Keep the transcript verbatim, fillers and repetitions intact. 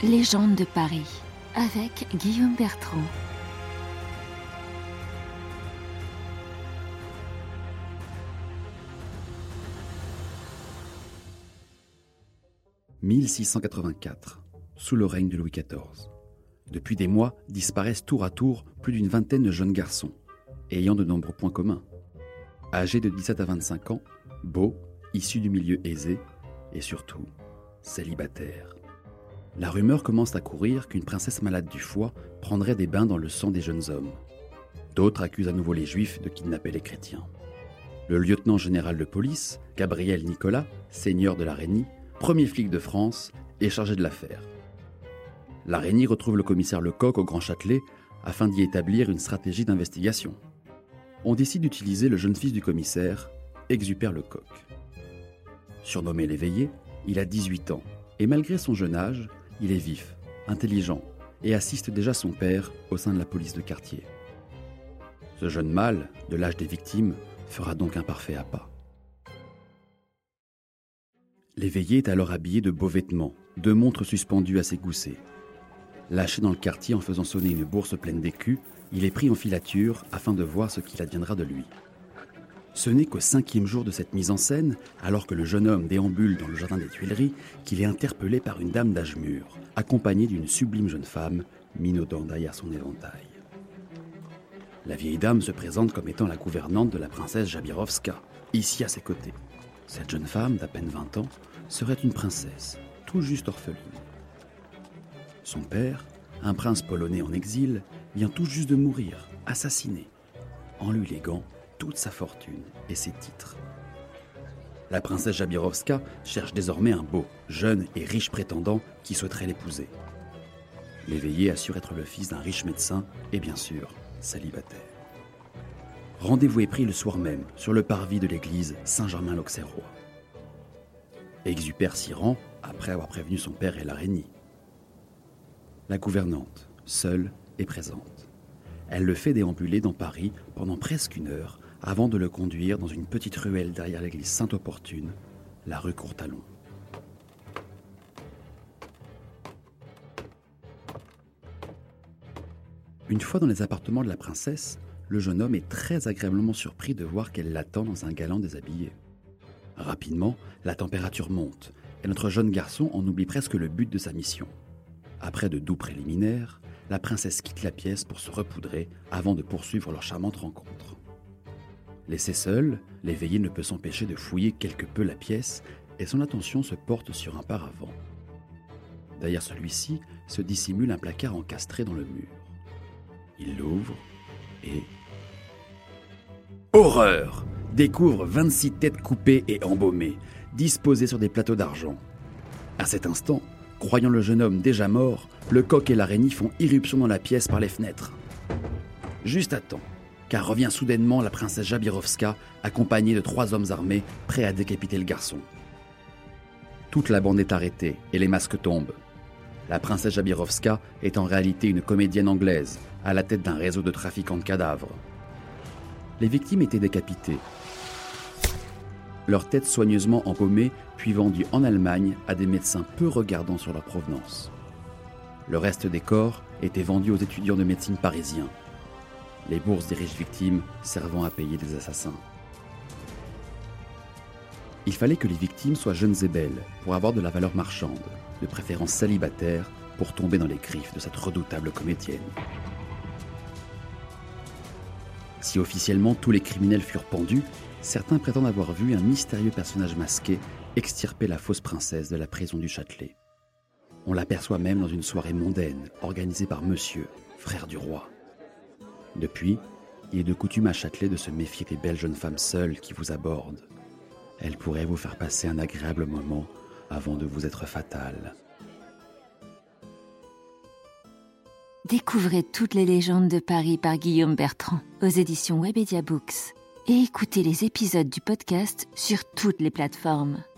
Légende de Paris, avec Guillaume Bertrand. mille six cent quatre-vingt-quatre, sous le règne de Louis quatorze. Depuis des mois, disparaissent tour à tour plus d'une vingtaine de jeunes garçons, ayant de nombreux points communs. Âgés de dix-sept à vingt-cinq ans, beaux, issus du milieu aisé, et surtout, célibataires. La rumeur commence à courir qu'une princesse malade du foie prendrait des bains dans le sang des jeunes hommes. D'autres accusent à nouveau les juifs de kidnapper les chrétiens. Le lieutenant général de police, Gabriel Nicolas, seigneur de la Reynie, premier flic de France, est chargé de l'affaire. La Reynie retrouve le commissaire Lecoq au Grand Châtelet afin d'y établir une stratégie d'investigation. On décide d'utiliser le jeune fils du commissaire, Exupère Lecoq. Surnommé l'éveillé, il a dix-huit ans et malgré son jeune âge, il est vif, intelligent et assiste déjà son père au sein de la police de quartier. Ce jeune mâle, de l'âge des victimes, fera donc un parfait appât. L'éveillé est alors habillé de beaux vêtements, deux montres suspendues à ses goussets. Lâché dans le quartier en faisant sonner une bourse pleine d'écus, il est pris en filature afin de voir ce qu'il adviendra de lui. Ce n'est qu'au cinquième jour de cette mise en scène, alors que le jeune homme déambule dans le jardin des Tuileries, qu'il est interpellé par une dame d'âge mûr, accompagnée d'une sublime jeune femme, minaudant derrière son éventail. La vieille dame se présente comme étant la gouvernante de la princesse Jabirovska, ici à ses côtés. Cette jeune femme, d'à peine vingt ans, serait une princesse, tout juste orpheline. Son père, un prince polonais en exil, vient tout juste de mourir, assassiné, en lui léguant toute sa fortune et ses titres. La princesse Jabirovska cherche désormais un beau, jeune et riche prétendant qui souhaiterait l'épouser. L'éveillé assure être le fils d'un riche médecin et bien sûr, célibataire. Rendez-vous est pris le soir même, sur le parvis de l'église Saint-Germain-l'Auxerrois. Exupère s'y rend, après avoir prévenu son père et la Reynie. La gouvernante, seule, est présente. Elle le fait déambuler dans Paris pendant presque une heure, avant de le conduire dans une petite ruelle derrière l'église Sainte-Opportune, la rue Courtalon. Une fois dans les appartements de la princesse, le jeune homme est très agréablement surpris de voir qu'elle l'attend dans un galant déshabillé. Rapidement, la température monte et notre jeune garçon en oublie presque le but de sa mission. Après de doux préliminaires, la princesse quitte la pièce pour se repoudrer avant de poursuivre leur charmante rencontre. Laissé seul, l'éveillé ne peut s'empêcher de fouiller quelque peu la pièce et son attention se porte sur un paravent. Derrière celui-ci se dissimule un placard encastré dans le mur. Il l'ouvre et... horreur! Découvre vingt-six têtes coupées et embaumées, disposées sur des plateaux d'argent. À cet instant, croyant le jeune homme déjà mort, Lecoq et la Reynie font irruption dans la pièce par les fenêtres. Juste à temps, car revient soudainement la princesse Jabirovska, accompagnée de trois hommes armés, prêts à décapiter le garçon. Toute la bande est arrêtée et les masques tombent. La princesse Jabirovska est en réalité une comédienne anglaise, à la tête d'un réseau de trafiquants de cadavres. Les victimes étaient décapitées. Leurs têtes soigneusement empaumées, puis vendues en Allemagne à des médecins peu regardants sur leur provenance. Le reste des corps était vendu aux étudiants de médecine parisiens. Les bourses des riches victimes servant à payer des assassins. Il fallait que les victimes soient jeunes et belles pour avoir de la valeur marchande, de préférence célibataire pour tomber dans les griffes de cette redoutable comédienne. Si officiellement tous les criminels furent pendus, certains prétendent avoir vu un mystérieux personnage masqué extirper la fausse princesse de la prison du Châtelet. On l'aperçoit même dans une soirée mondaine organisée par Monsieur, frère du roi. Depuis, il est de coutume à Châtelet de se méfier des belles jeunes femmes seules qui vous abordent. Elles pourraient vous faire passer un agréable moment avant de vous être fatales. Découvrez toutes les légendes de Paris par Guillaume Bertrand aux éditions Webedia Books et écoutez les épisodes du podcast sur toutes les plateformes.